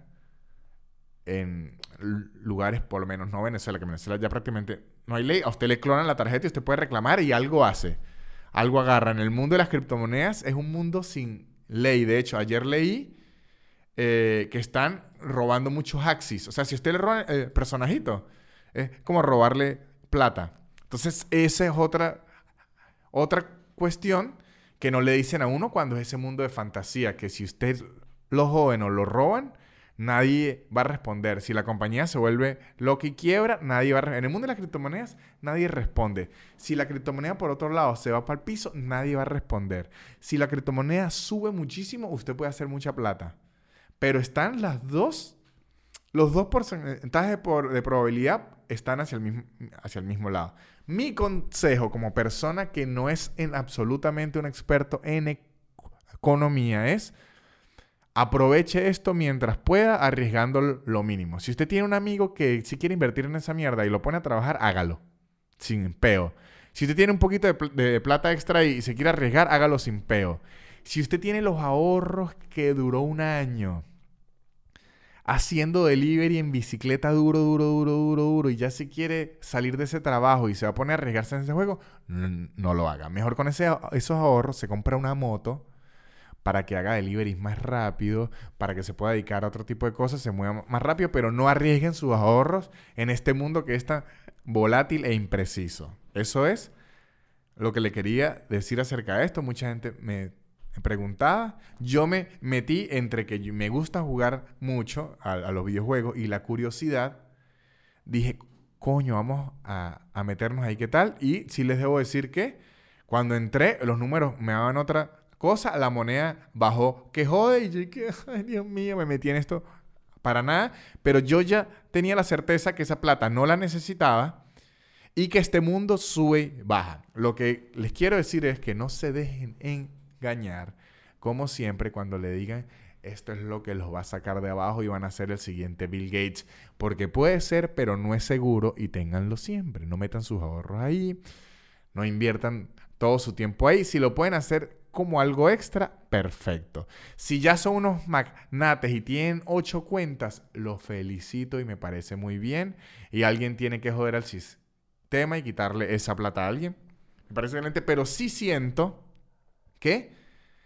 Speaker 1: en lugares, por lo menos no Venezuela, que en Venezuela ya prácticamente no hay ley. A usted le clonan la tarjeta y usted puede reclamar y algo hace. Algo agarra. En el mundo de las criptomonedas es un mundo sin ley. De hecho, ayer leí eh, que están robando muchos Axis. O sea, si usted le roba el eh, personajito, es como robarle plata. Entonces, esa es otra, otra cuestión que no le dicen a uno cuando es ese mundo de fantasía. Que si usted lo joven o lo roban, nadie va a responder. Si la compañía se vuelve loca y quiebra, nadie va a responder. En el mundo de las criptomonedas, nadie responde. Si la criptomoneda, por otro lado, se va para el piso, nadie va a responder. Si la criptomoneda sube muchísimo, usted puede hacer mucha plata. Pero están las dos, los dos porcentajes de, por, de probabilidad están hacia el, mismo, hacia el mismo lado. Mi consejo como persona que no es en absolutamente un experto en economía es: aproveche esto mientras pueda, arriesgando lo mínimo. Si usted tiene un amigo que si quiere invertir en esa mierda y lo pone a trabajar, hágalo. Sin peo. Si usted tiene un poquito de, pl- de plata extra y se quiere arriesgar, hágalo sin peo. Si usted tiene los ahorros que duró un año haciendo delivery en bicicleta duro, duro, duro, duro, duro, y ya se quiere salir de ese trabajo y se va a poner a arriesgarse en ese juego, no, no lo haga. Mejor con ese, esos ahorros se compra una moto para que haga deliveries más rápido, para que se pueda dedicar a otro tipo de cosas, se mueva más rápido, pero no arriesguen sus ahorros en este mundo que es tan volátil e impreciso. Eso es lo que le quería decir acerca de esto. Mucha gente me, me preguntaba. Yo me metí entre que me gusta jugar mucho a, a los videojuegos y la curiosidad. Dije, coño, vamos a, a meternos ahí, ¿qué tal? Y sí les debo decir que cuando entré, los números me daban otra cosa, la moneda bajó. Que jode, y yo que, ay, Dios mío, me metí en esto para nada. Pero yo ya tenía la certeza que esa plata no la necesitaba y que este mundo sube y baja. Lo que les quiero decir es que no se dejen engañar, como siempre, cuando le digan esto es lo que los va a sacar de abajo y van a ser el siguiente Bill Gates. Porque puede ser, pero no es seguro, y ténganlo siempre. No metan sus ahorros ahí, no inviertan todo su tiempo ahí. Si lo pueden hacer como algo extra, perfecto. Si ya son unos magnates y tienen ocho cuentas, los felicito y me parece muy bien. Y alguien tiene que joder al sistema y quitarle esa plata a alguien. Me parece excelente, pero sí siento que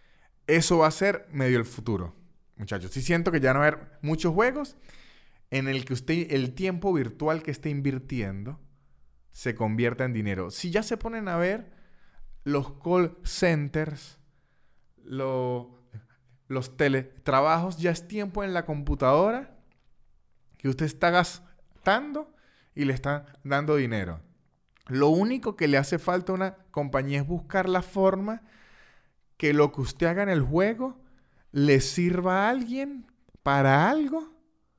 Speaker 1: eso va a ser medio el futuro, muchachos. Sí siento que ya no va a haber muchos juegos en el que usted, el tiempo virtual que esté invirtiendo se convierta en dinero. Si ya se ponen a ver los call centers, lo, los teletrabajos, ya es tiempo en la computadora que usted está gastando y le está dando dinero. Lo único que le hace falta a una compañía es buscar la forma que lo que usted haga en el juego le sirva a alguien para algo.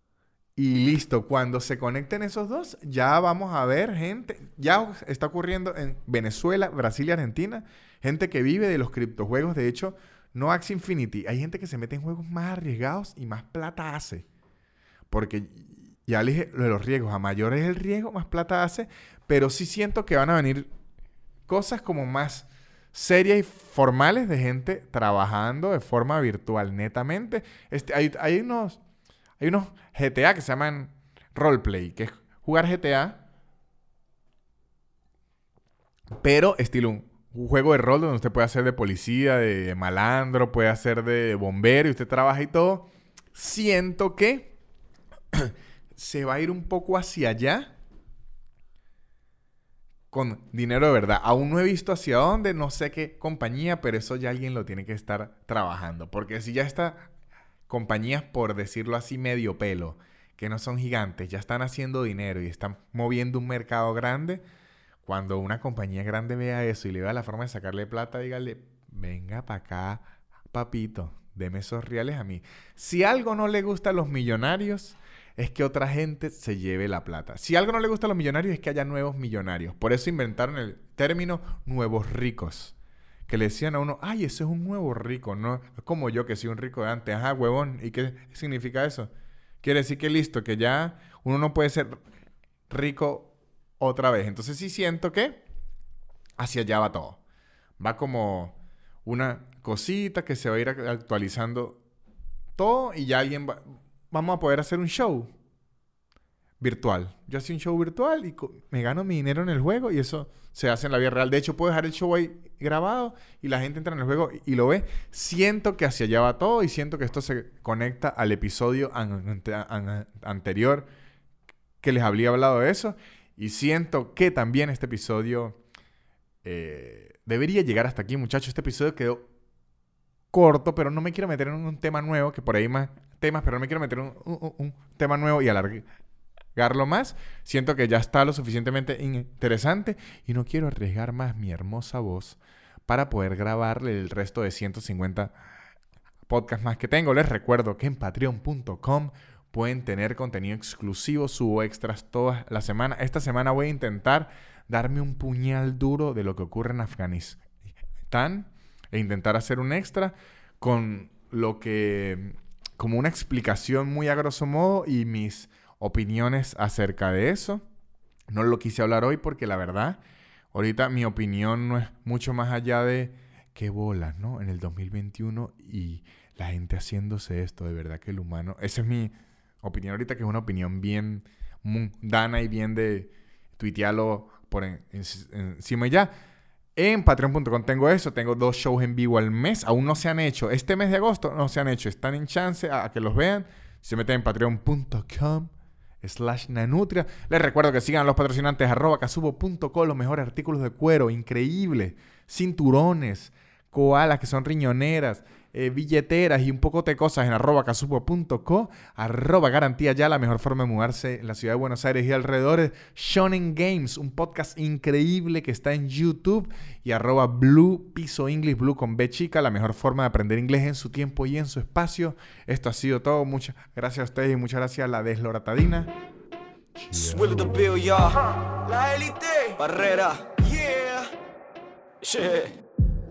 Speaker 1: Y listo, cuando se conecten esos dos, ya vamos a ver gente, ya está ocurriendo en Venezuela, Brasil y Argentina, gente que vive de los criptojuegos. De hecho, no Axie Infinity, hay gente que se mete en juegos más arriesgados y más plata hace. Porque ya le dije lo de los riesgos, a mayor es el riesgo, más plata hace, pero sí siento que van a venir cosas como más serias y formales de gente trabajando de forma virtual, netamente. Este, hay, hay unos... Hay unos G T A que se llaman roleplay, que es jugar G T A, pero estilo un, un juego de rol donde usted puede hacer de policía, de malandro, puede hacer de bombero y usted trabaja y todo. Siento que se va a ir un poco hacia allá con dinero de verdad. Aún no he visto hacia dónde, no sé qué compañía, pero eso ya alguien lo tiene que estar trabajando. Porque si ya está... compañías, por decirlo así, medio pelo, que no son gigantes, ya están haciendo dinero y están moviendo un mercado grande. Cuando una compañía grande vea eso y le vea la forma de sacarle plata, dígale, venga para acá, papito, deme esos reales a mí. Si algo no le gusta a los millonarios, es que otra gente se lleve la plata. Si algo no le gusta a los millonarios, es que haya nuevos millonarios. Por eso inventaron el término nuevos ricos. Que le decían a uno, ay, ese es un nuevo rico, no es como yo que soy un rico de antes. Ajá, huevón. ¿Y qué significa eso? Quiere decir que listo, que ya uno no puede ser rico otra vez. Entonces sí siento que hacia allá va todo. Va como una cosita que se va a ir actualizando todo y ya alguien va... Vamos a poder hacer un show virtual. Yo hacía un show virtual y me gano mi dinero en el juego y eso se hace en la vida real. De hecho, puedo dejar el show ahí grabado y la gente entra en el juego y, y lo ve. Siento que hacia allá va todo y siento que esto se conecta al episodio an- an- anterior que les había hablado de eso. Y siento que también este episodio eh, debería llegar hasta aquí, muchachos. Este episodio quedó corto, pero no me quiero meter en un tema nuevo, que por ahí hay más temas, pero no me quiero meter en un, un, un tema nuevo y alargarlo más. Siento que ya está lo suficientemente interesante y no quiero arriesgar más mi hermosa voz para poder grabarle el resto de ciento cincuenta podcasts más que tengo. Les recuerdo que en patreon punto com pueden tener contenido exclusivo, subo extras todas la semana. Esta semana voy a intentar darme un puñal duro de lo que ocurre en Afganistán e intentar hacer un extra con lo que, como una explicación muy a grosso modo y mis opiniones acerca de eso. No lo quise hablar hoy porque la verdad, ahorita mi opinión no es mucho más allá de qué bolas, ¿no? En el dos mil veintiuno y la gente haciéndose esto, de verdad que el humano... Esa es mi opinión ahorita, que es una opinión bien mundana y bien de tuitearlo por en, en, encima y ya. En patreon punto com tengo eso, tengo dos shows en vivo al mes, aún no se han hecho. Este mes de agosto no se han hecho, están en chance a, a que los vean. Si se meten en patreon punto com slash nanutria. Les recuerdo que sigan a los patrocinantes arroba casubo punto co, los mejores artículos de cuero, increíble, cinturones, koalas que son riñoneras, eh, billeteras y un poco de cosas en arroba casubo punto co, arroba garantía ya, la mejor forma de mudarse en la ciudad de Buenos Aires y alrededores, Shonen Games, un podcast increíble que está en YouTube, y arroba Blue Piso English, Blue con B chica, la mejor forma de aprender inglés en su tiempo y en su espacio. Esto ha sido todo, muchas gracias a ustedes y muchas gracias a la desloratadina.
Speaker 2: Swilly the Bill, ya. La élite. Barrera. Yeah. Yeah.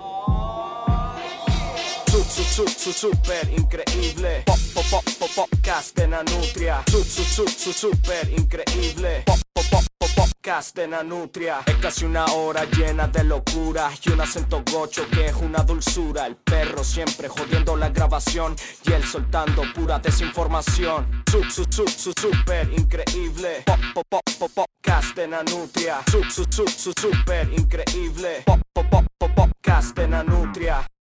Speaker 2: Su, su, su, su, super increíble. Pop, pop, pop, pop, podcast de Nanutria. Su, su, su, su, super increíble. Pop, pop, pop, pop, podcast de Nanutria. Es casi una hora llena de locura y un acento gocho que es una dulzura. El perro siempre jodiendo la grabación y él soltando pura desinformación. Su, su, su, su, super increíble. Pop, pop, pop, pop, podcast de Nanutria. Su, su, su, su, super increíble. Pop, pop, pop, pop, podcast de Nanutria.